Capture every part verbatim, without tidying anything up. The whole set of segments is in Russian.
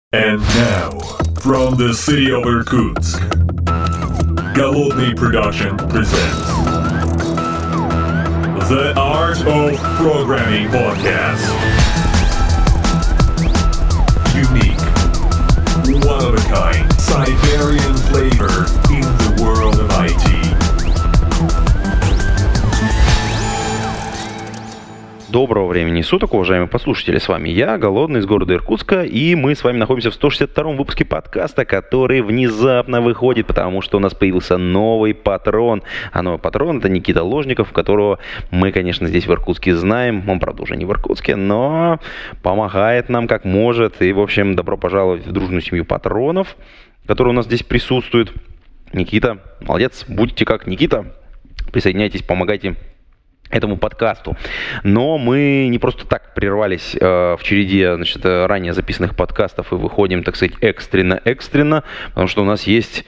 And now, from the city of Irkutsk, Голодный Production presents The Art of Programming Podcast. Unique, one-of-a-kind, Siberian flavor in the world of ай ти. Доброго времени суток, уважаемые послушатели, с вами я, Голодный, из города Иркутска, и мы с вами находимся в сто шестьдесят втором выпуске подкаста, который внезапно выходит, потому что у нас появился новый патрон. А новый патрон — это Никита Ложников, которого мы, конечно, здесь в Иркутске знаем, он, правда, уже не в Иркутске, но помогает нам как может, и, в общем, добро пожаловать в дружную семью патронов, которая у нас здесь присутствует. Никита, молодец, будьте как Никита, присоединяйтесь, помогайте этому подкасту. Но мы не просто так прервались э, в череде, значит, ранее записанных подкастов и выходим, так сказать, экстренно-экстренно, потому что у нас есть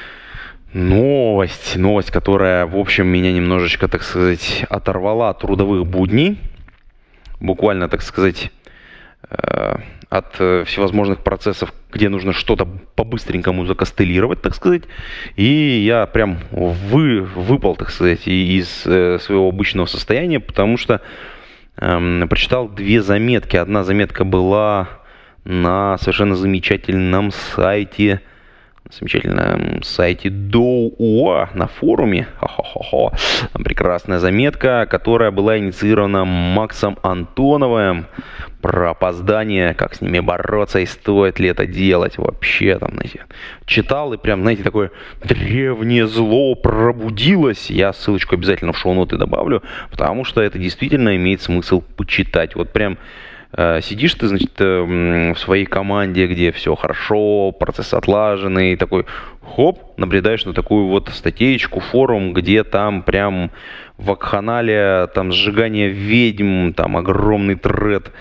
новость, новость, которая, в общем, меня немножечко, так сказать, оторвала от трудовых будней, буквально, так сказать, э, от э, всевозможных процессов, где нужно что-то по-быстренькому закостылировать, так сказать. И я прям вы, выпал, так сказать, из э, своего обычного состояния, потому что э, прочитал две заметки. Одна заметка была на совершенно замечательном сайте, замечательном сайте Доуа на форуме. Хо-хо-хо-хо. Прекрасная заметка, которая была инициирована Максом Антоновым про опоздание, как с ними бороться и стоит ли это делать вообще, там, знаете, читал и прям, знаете, такое древнее зло пробудилось. Я ссылочку обязательно в шоу-ноты добавлю, потому что это действительно имеет смысл почитать. Вот прям э, сидишь ты, значит, э, в своей команде, где все хорошо, процесс отлаженный, и такой, хоп, наблюдаешь на такую вот статейку, форум, где там прям вакханалия, там сжигание ведьм, там огромный тред,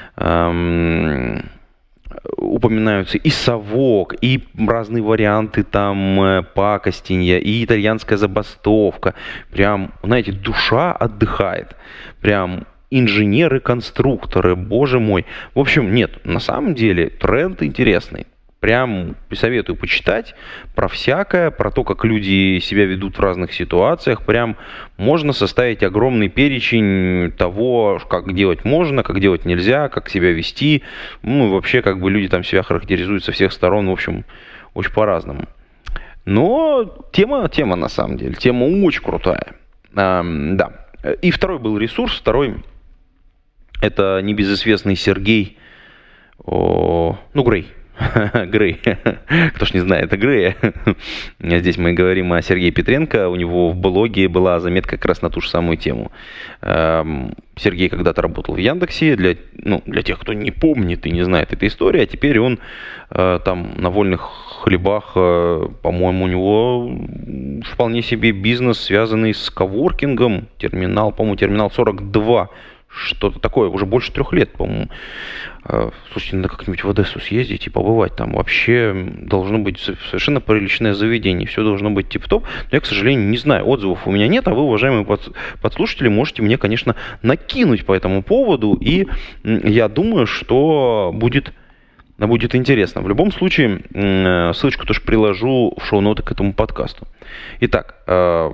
эм, упоминаются и совок, и разные варианты там э, пакостенья, и итальянская забастовка. Прям, знаете, душа отдыхает. Прям инженеры, конструкторы, боже мой. В общем, нет, на самом деле тренд интересный. Прям советую почитать про всякое, про то, как люди себя ведут в разных ситуациях. Прям можно составить огромный перечень того, как делать можно, как делать нельзя, как себя вести. Ну и вообще, как бы люди там себя характеризуют со всех сторон, в общем, очень по-разному. Но тема, тема на самом деле, тема очень крутая. А, да. И второй был ресурс, второй это небезызвестный Сергей, о, ну, Грей. Грей. Кто ж не знает, это Грея. Здесь мы говорим о Сергее Петренко. У него в блоге была заметка как раз на ту же самую тему. Сергей когда-то работал в Яндексе. Для, ну, для тех, кто не помнит и не знает этой истории, а теперь он там на вольных хлебах, по-моему, у него вполне себе бизнес, связанный с коворкингом. Терминал, по-моему, терминал сорок два. Что-то такое, уже больше трех лет, по-моему. Слушайте, надо как-нибудь в Одессу съездить и побывать там. Вообще должно быть совершенно приличное заведение, все должно быть тип-топ. Но я, к сожалению, не знаю, отзывов у меня нет, а вы, уважаемые подслушатели, можете мне, конечно, накинуть по этому поводу. И я думаю, что будет, будет интересно. В любом случае, ссылочку тоже приложу в шоу-ноты к этому подкасту. Итак,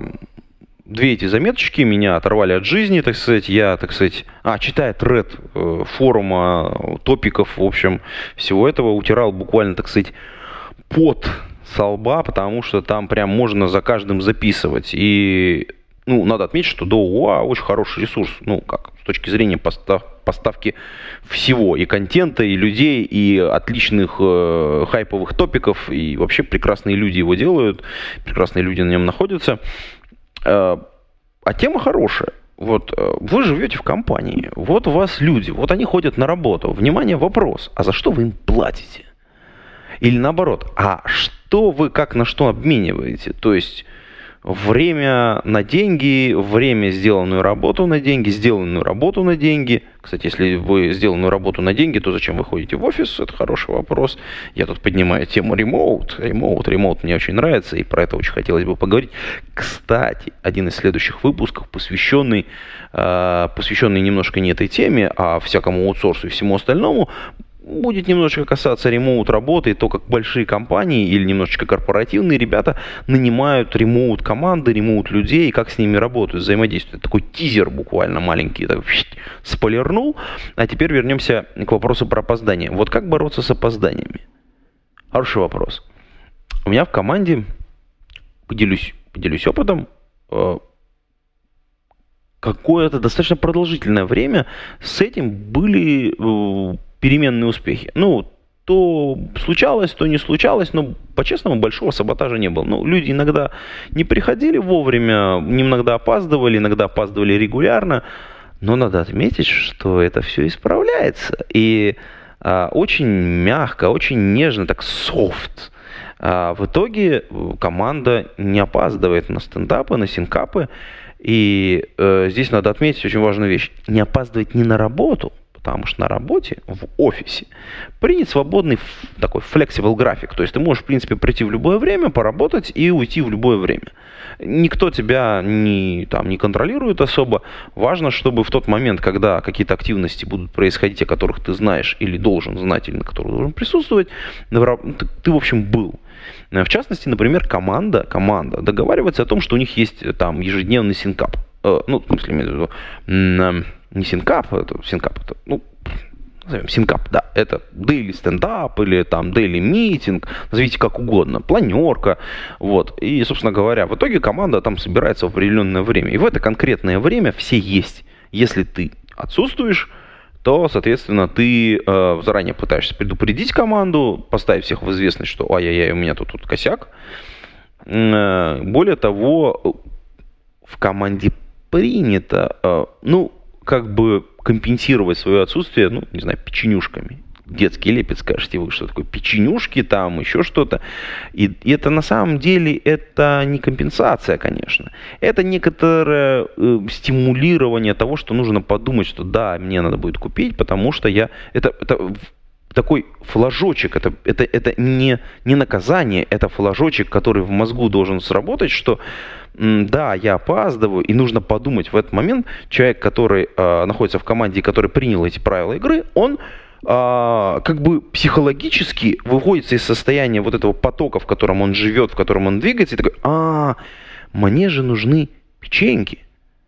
две эти заметочки меня оторвали от жизни, так сказать. Я, так сказать, а, читая тред э, форума, топиков, в общем, всего этого, утирал буквально, так сказать, пот со лба, потому что там прям можно за каждым записывать. И, ну, надо отметить, что Доуа очень хороший ресурс, ну, как, с точки зрения постав, поставки всего, и контента, и людей, и отличных э, хайповых топиков, и вообще прекрасные люди его делают, прекрасные люди на нем находятся. А тема хорошая. Вот вы живете в компании, вот у вас люди, вот они ходят на работу. Внимание, вопрос, а за что вы им платите? Или наоборот, а что вы как на что обмениваете? То есть время на деньги, время сделанную работу на деньги, сделанную работу на деньги. Кстати, если вы сделанную работу на деньги, то зачем вы ходите в офис? Это хороший вопрос. Я тут поднимаю тему ремоут. Ремоут, ремоут мне очень нравится, и про это очень хотелось бы поговорить. Кстати, один из следующих выпусков, посвященный, посвященный немножко не этой теме, а всякому аутсорсу и всему остальному, будет немножечко касаться ремоут работы, и то, как большие компании или немножечко корпоративные ребята нанимают ремоут команды, ремоут людей, и как с ними работают, взаимодействуют. Такой тизер буквально маленький, так, спойлернул. А теперь вернемся к вопросу про опоздание. Вот как бороться с опозданиями? Хороший вопрос. У меня в команде, поделюсь, поделюсь опытом, какое-то достаточно продолжительное время с этим были э, переменные успехи. Ну, то случалось, то не случалось, но по-честному большого саботажа не было. Ну, люди иногда не приходили вовремя, иногда опаздывали, иногда опаздывали регулярно, но надо отметить, что это все исправляется. И э, очень мягко, очень нежно, так софт. А в итоге команда не опаздывает на стендапы, на синкапы. И э, здесь надо отметить очень важную вещь. Не опаздывать не на работу, потому что на работе, в офисе, принят свободный такой flexible график. То есть ты можешь, в принципе, прийти в любое время, поработать и уйти в любое время. Никто тебя не, там, не контролирует особо. Важно, чтобы в тот момент, когда какие-то активности будут происходить, о которых ты знаешь или должен знать, или на которых должен присутствовать, ты, ты в общем, был. В частности, например, команда, команда договаривается о том, что у них есть там ежедневный синкап. Э, ну, в смысле, имею в виду, не синкап, это синкап, это, ну, назовем синкап, да, это daily стендап или там daily митинг, назовите как угодно, планерка, вот. И, собственно говоря, в итоге команда там собирается в определенное время. И в это конкретное время все есть. Если ты отсутствуешь, то, соответственно, ты э, заранее пытаешься предупредить команду, поставить всех в известность, что ай-яй-яй, у меня тут, тут косяк. Э, более того, в команде принято, э, ну, как бы компенсировать свое отсутствие, ну, не знаю, печенюшками. Детский лепет, скажете вы, что такое печенюшки, там еще что-то. И, и это на самом деле это не компенсация, конечно. Это некоторое э, стимулирование того, что нужно подумать, что да, мне надо будет купить, потому что я... Это, это такой флажочек, это, это, это не, не наказание, это флажочек, который в мозгу должен сработать, что м, да, я опаздываю, и нужно подумать в этот момент. Человек, который э, находится в команде, который принял эти правила игры, он... А, как бы психологически выводится из состояния вот этого потока, в котором он живет, в котором он двигается, и такой, а, мне же нужны печеньки.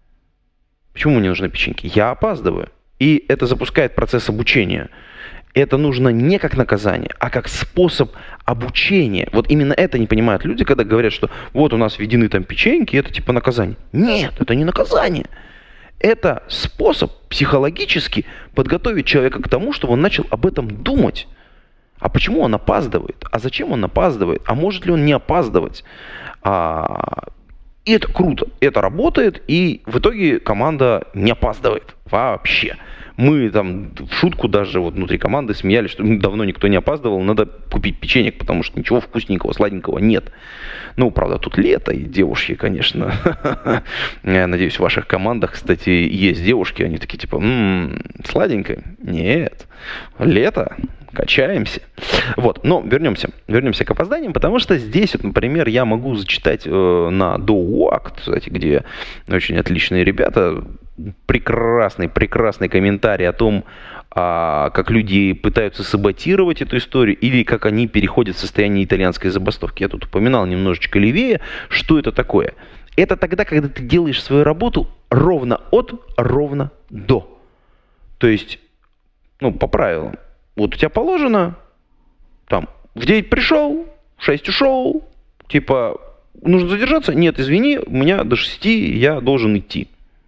Почему мне нужны печеньки? Я опаздываю. И это запускает процесс обучения. Это нужно не как наказание, а как способ обучения. Вот именно это не понимают люди, когда говорят, что вот у нас введены там печеньки, это типа наказание. Нет, это не наказание. Это способ психологически подготовить человека к тому, чтобы он начал об этом думать. А почему он опаздывает? А зачем он опаздывает? А может ли он не опаздывать? А, и это круто. Это работает, и в итоге команда не опаздывает вообще. Мы там в шутку даже вот внутри команды смеялись, что давно никто не опаздывал, надо купить печенек, потому что ничего вкусненького, сладенького нет. Ну, правда, тут лето, и девушки, конечно, я надеюсь, в ваших командах, кстати, есть девушки, они такие типа, м-м, сладенькое? Нет, лето, качаемся. Вот, но вернемся, вернемся к опозданиям, потому что здесь, вот, например, я могу зачитать э, на DoWalk, кстати, где очень отличные ребята, прекрасный, прекрасный комментарий о том, а, как люди пытаются саботировать эту историю или как они переходят в состояние итальянской забастовки. Я тут упоминал немножечко левее, что это такое. Это тогда, когда ты делаешь свою работу ровно от, ровно до. То есть, ну, по правилам. Вот у тебя положено, там, в девять пришел, в шесть ушел, типа, нужно задержаться? Нет, извини, у меня до шести я должен идти.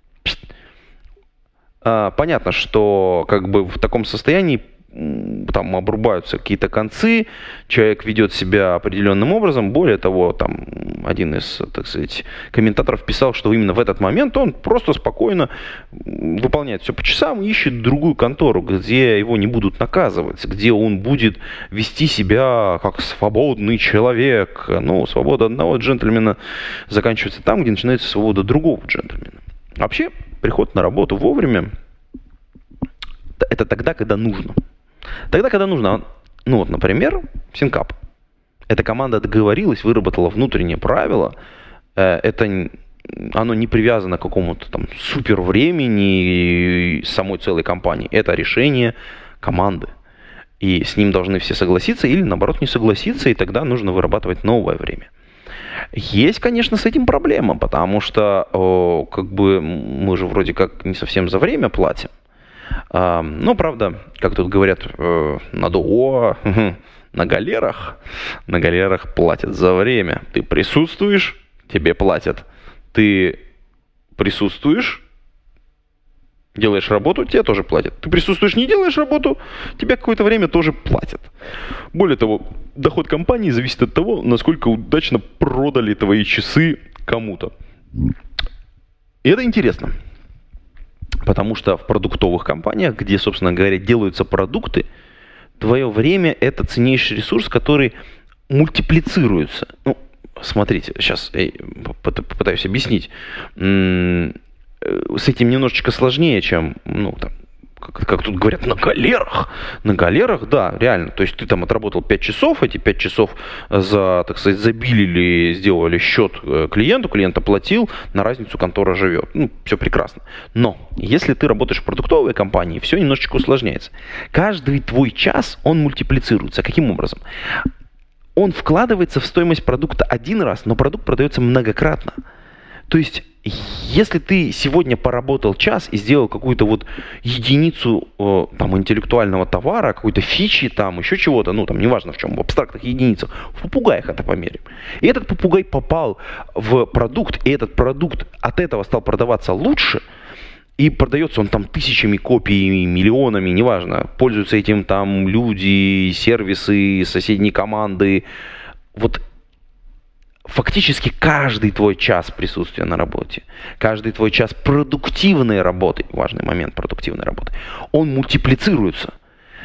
Понятно, что как бы в таком состоянии там обрубаются какие-то концы, человек ведет себя определенным образом. Более того, там один из, так сказать, комментаторов писал, что именно в этот момент он просто спокойно выполняет все по часам и ищет другую контору, где его не будут наказывать, где он будет вести себя как свободный человек. Ну, свобода одного джентльмена заканчивается там, где начинается свобода другого джентльмена. Вообще, приход на работу вовремя – это тогда, когда нужно. Тогда, когда нужно. Ну вот, например, синкап. Эта команда договорилась, выработала внутреннее правило. Это, оно не привязано к какому-то там супер времени самой целой компании. Это решение команды. и с ним должны все согласиться или, наоборот, не согласиться, и тогда нужно вырабатывать новое время. Есть, конечно, с этим проблема, потому что о, как бы мы же вроде как не совсем за время платим. А, но, правда, как тут говорят, э, на ДО, на галерах, на галерах платят за время. Ты присутствуешь, тебе платят. Ты присутствуешь, делаешь работу, тебе тоже платят. Ты присутствуешь, не делаешь работу, тебе какое-то время тоже платят. Более того, доход компании зависит от того, насколько удачно продали твои часы кому-то. И это интересно. Потому что в продуктовых компаниях, где, собственно говоря, делаются продукты, твое время – это ценнейший ресурс, который мультиплицируется. Ну, смотрите, сейчас я попытаюсь объяснить. С этим немножечко сложнее, чем, ну, там, как, как тут говорят, на галерах. На галерах, да, реально. То есть ты там отработал пять часов, эти пять часов за, так сказать, забилили, сделали счет клиенту, клиент оплатил, на разницу контора живет. Ну, все прекрасно. Но если ты работаешь в продуктовой компании, все немножечко усложняется. Каждый твой час, он мультиплицируется. Каким образом? Он вкладывается в стоимость продукта один раз, но продукт продается многократно. То есть, если ты сегодня поработал час и сделал какую-то вот единицу э, там, интеллектуального товара, какой-то фичи, там, еще чего-то, ну, там, неважно в чем, в абстрактных единицах, в попугаях это померим. И этот попугай попал в продукт, и этот продукт от этого стал продаваться лучше, и продается он там тысячами копий, миллионами, неважно, пользуются этим там люди, сервисы, соседние команды. Вот фактически каждый твой час присутствия на работе, каждый твой час продуктивной работы, важный момент продуктивной работы, он мультиплицируется.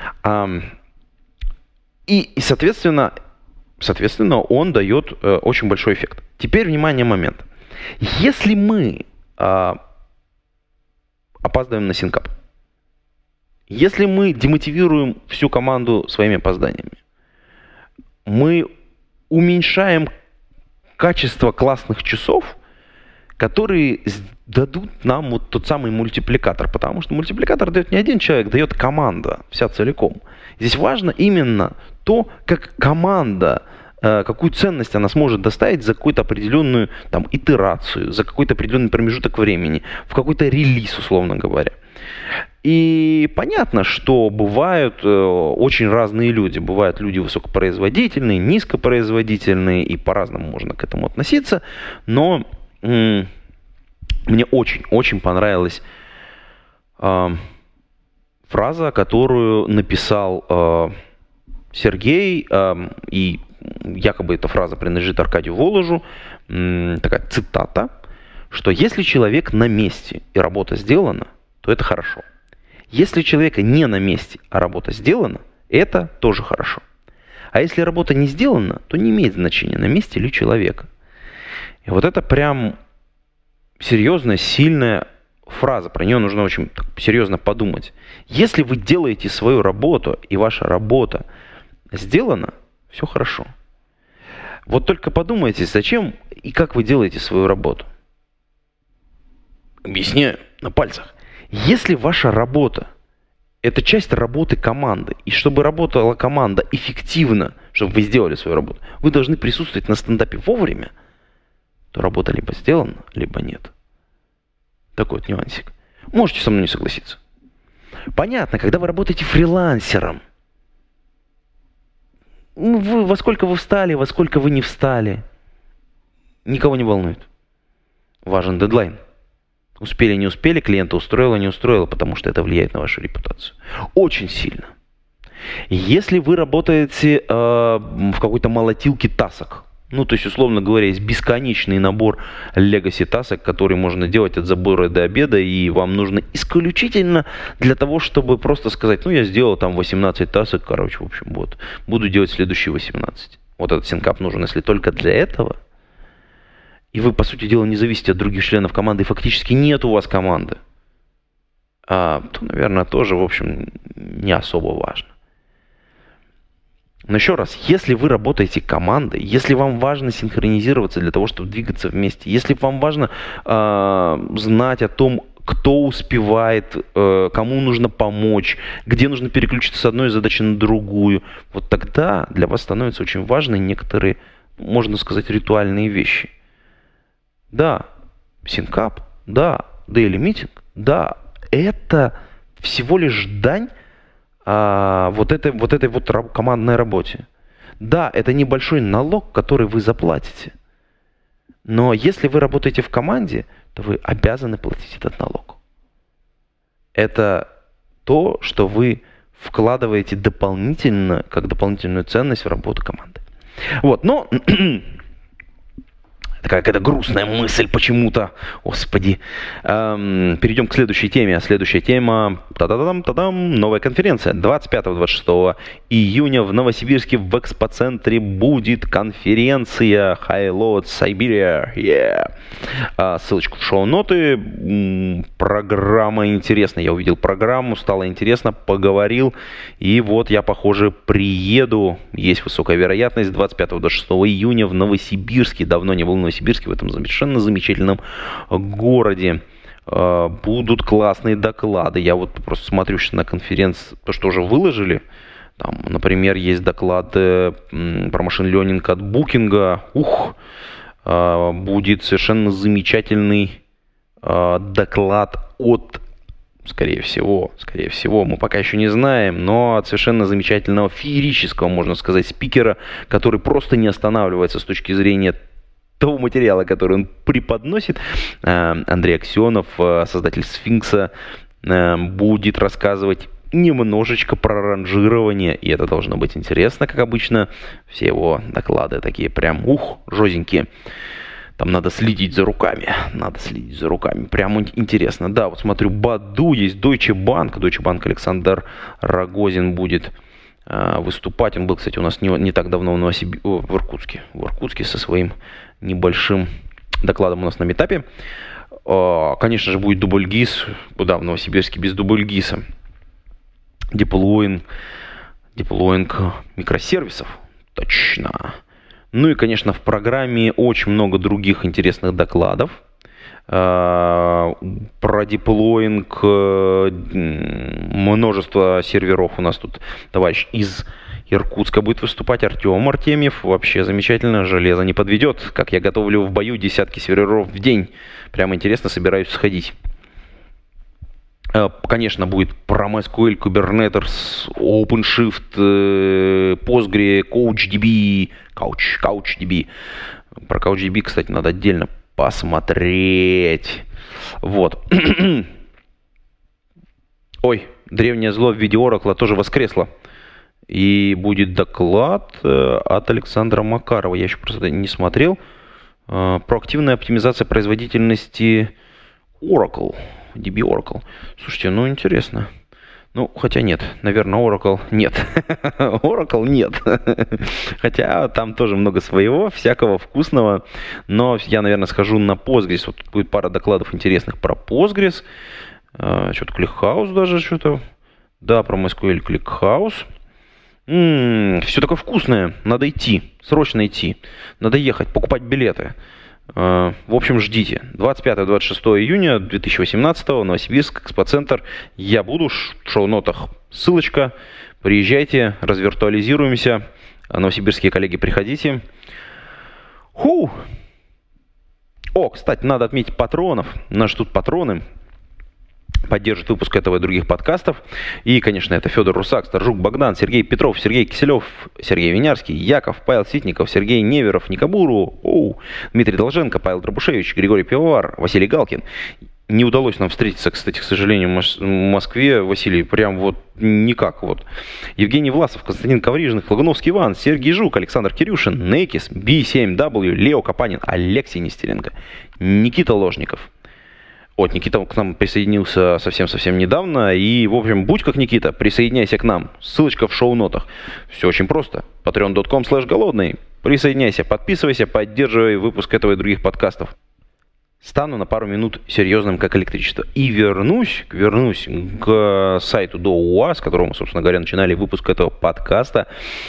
И, и соответственно, соответственно, он дает э, очень большой эффект. Теперь, внимание, момент. Если мы э, опаздываем на синкап, если мы демотивируем всю команду своими опозданиями, мы уменьшаем качество классных часов, которые дадут нам вот тот самый мультипликатор. Потому что мультипликатор дает не один человек, дает команда вся целиком. Здесь важно именно то, как команда, какую ценность она сможет доставить за какую-то определенную там, итерацию, за какой-то определенный промежуток времени, в какой-то релиз, условно говоря. И понятно, что бывают э, очень разные люди. Бывают люди высокопроизводительные, низкопроизводительные, и по-разному можно к этому относиться. Но э, мне очень-очень понравилась э, фраза, которую написал э, Сергей, э, и якобы эта фраза принадлежит Аркадию Воложу, э, такая цитата, что если человек на месте и работа сделана, то это хорошо. Если человека не на месте, а работа сделана, это тоже хорошо. А если работа не сделана, то не имеет значения, на месте ли человека. И вот это прям серьезная, сильная фраза. Про нее нужно очень серьезно подумать. Если вы делаете свою работу, и ваша работа сделана, все хорошо. Вот только подумайте, зачем и как вы делаете свою работу. Объясняю на пальцах. Если ваша работа – это часть работы команды, и чтобы работала команда эффективно, чтобы вы сделали свою работу, вы должны присутствовать на стендапе вовремя, то работа либо сделана, либо нет. Такой вот нюансик. Можете со мной не согласиться. Понятно, когда вы работаете фрилансером, вы, во сколько вы встали, во сколько вы не встали, никого не волнует. Важен дедлайн. Успели, не успели, клиента устроило, не устроило, потому что это влияет на вашу репутацию. Очень сильно. Если вы работаете э, в какой-то молотилке тасок, ну, то есть, условно говоря, есть бесконечный набор legacy тасок, который можно делать от забора до обеда, и вам нужно исключительно для того, чтобы просто сказать, ну, я сделал там восемнадцать тасок, короче, в общем, вот, буду делать следующие восемнадцать. Вот этот синкап нужен, если только для этого, и вы, по сути дела, не зависите от других членов команды, и фактически нет у вас команды, а, то, наверное, тоже, в общем, не особо важно. Но еще раз, если вы работаете командой, если вам важно синхронизироваться для того, чтобы двигаться вместе, если вам важно э, знать о том, кто успевает, кому нужно помочь, где нужно переключиться с одной задачи на другую. Вот тогда для вас становятся очень важны некоторые, можно сказать, ритуальные вещи. Да, синкап, да, daily meeting, да, это всего лишь дань а, вот этой вот, этой вот раб- командной работе. Да, это небольшой налог, который вы заплатите. Но если вы работаете в команде, то вы обязаны платить этот налог. Это то, что вы вкладываете дополнительно, как дополнительную ценность в работу команды. Вот, но такая какая-то грустная мысль почему-то. Господи. Эм, перейдем к следующей теме. Следующая тема. Та-да-дам, та-дам. Новая конференция. двадцать пятого - двадцать шестого июня в Новосибирске в экспоцентре будет конференция High Load Siberia. Yeah. А, ссылочку в шоу-ноты. М-м, программа интересная. Я увидел программу, стало интересно, поговорил. И вот я, похоже, приеду. Есть высокая вероятность. двадцать пятого - двадцать шестого июня в Новосибирске. Давно не был в Новосибирске, в этом совершенно замечательном городе. Будут классные доклады. Я вот просто смотрю сейчас на конференции, то, что уже выложили. Там, например, есть доклад про машин-ленинг от Booking. Ух, будет совершенно замечательный доклад от, скорее всего, скорее всего, мы пока еще не знаем, но от совершенно замечательного феерического, можно сказать, спикера, который просто не останавливается с точки зрения того материала, который он преподносит. Андрей Аксенов, создатель Сфинкса, будет рассказывать немножечко про ранжирование, и это должно быть интересно, как обычно. Все его доклады такие прям, ух, жестенькие. Там надо следить за руками, надо следить за руками. Прям интересно. Да, вот смотрю, Баду, есть Deutsche Bank. Deutsche Bank Александр Рогозин будет э, выступать. Он был, кстати, у нас не, не так давно в, Новосиб... в Иркутске. В Иркутске со своим небольшим докладом у нас на митапе. Э, конечно же, будет Дубльгиз. Куда в Новосибирске без Дубльгиза? Деплоинг, деплоинг микросервисов. Точно. Ну и, конечно, в программе очень много других интересных докладов. Про деплоинг, множество серверов у нас тут товарищ из Иркутска будет выступать, Артем Артемьев. Вообще замечательно, железо не подведет. Как я готовлю в бою десятки серверов в день. Прямо интересно, собираюсь сходить. Конечно, будет про MySQL, Kubernetes, OpenShift, Postgre, CouchDB, Couch, CouchDB. Про CouchDB, кстати, надо отдельно посмотреть. Вот. Ой, древнее зло в виде Oracle тоже воскресло. И будет доклад от Александра Макарова. Я еще просто не смотрел. Проактивная оптимизация производительности Oracle. ди би Oracle. Слушайте, ну интересно. Ну, хотя нет, наверное, Oracle нет. Oracle нет. Хотя там тоже много своего, всякого вкусного. Но я, наверное, схожу на Postgres. Вот будет пара докладов интересных про Postgres. Что-то ClickHouse даже что-то. Да, про MySQL ClickHouse. М-м, все такое вкусное. Надо идти. Срочно идти. Надо ехать, покупать билеты. В общем, ждите. двадцать пятого - двадцать шестого июня две тысячи восемнадцатого, Новосибирск, экспоцентр. Я буду, в шоу-нотах ссылочка. Приезжайте, развиртуализируемся. Новосибирские коллеги, приходите. Ху! О, кстати, надо отметить патронов. Нас ждут патроны. Поддержит выпуск этого и других подкастов. И, конечно, это Федор Русак, Старжук Богдан, Сергей Петров, Сергей Киселев, Сергей Винярский, Яков, Павел Ситников, Сергей Неверов, Никабуру, Оу, Дмитрий Долженко, Павел Дробушевич, Григорий Пивовар, Василий Галкин. Не удалось нам встретиться, кстати, к сожалению, в Москве. Василий, прям вот никак вот. Евгений Власов, Константин Коврижных, Лагуновский Иван, Сергей Жук, Александр Кирюшин, Некис, би семь дабл ю, Лео Капанин, Алексей Нестеренко, Никита Ложников. Вот, Никита к нам присоединился совсем-совсем недавно. И, в общем, будь как Никита, присоединяйся к нам. Ссылочка в шоу-нотах. Все очень просто. patreon точка com слэш голодный. Присоединяйся, подписывайся, поддерживай выпуск этого и других подкастов. Стану на пару минут серьезным, как электричество. И вернусь, вернусь к сайту до УА, с которого мы, собственно говоря, начинали выпуск этого подкаста.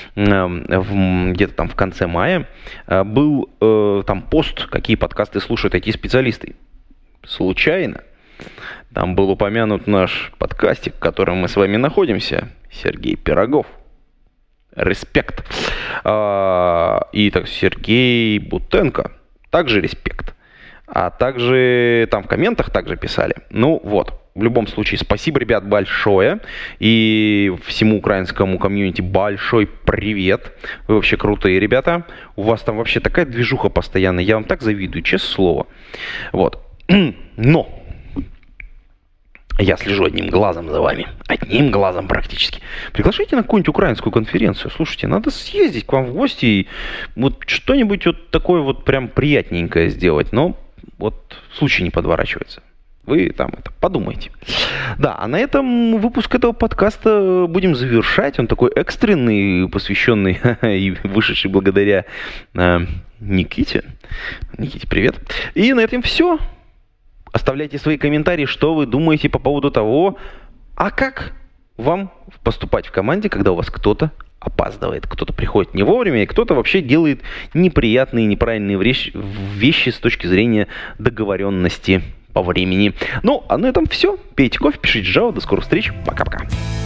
Где-то там в конце мая был там пост, какие подкасты слушают ай ти-специалисты. Случайно Там был упомянут наш подкастик, в котором мы с вами находимся. Сергей Пирогов. Респект. А, и так Сергей Бутенко. Также респект. А также там в комментах также писали. Ну вот. В любом случае, спасибо, ребят, большое. И всему украинскому комьюнити большой привет. Вы вообще крутые ребята. У вас там вообще такая движуха постоянная. Я вам так завидую, честное слово. Вот. Но я слежу одним глазом за вами. Одним глазом практически. Приглашайте на какую-нибудь украинскую конференцию. Слушайте, надо съездить к вам в гости и вот что-нибудь вот такое вот прям приятненькое сделать. Но вот случай не подворачивается. Вы там это подумайте. Да, а на этом выпуск этого подкаста будем завершать. Он такой экстренный, посвященный и вышедший благодаря э, Никите. Никите, привет. И на этом все. Оставляйте свои комментарии, что вы думаете по поводу того, а как вам поступать в команде, когда у вас кто-то опаздывает, кто-то приходит не вовремя, и кто-то вообще делает неприятные, неправильные вещи с точки зрения договоренности по времени. Ну, а на этом все. Пейте кофе, пишите Java. До скорых встреч. Пока-пока.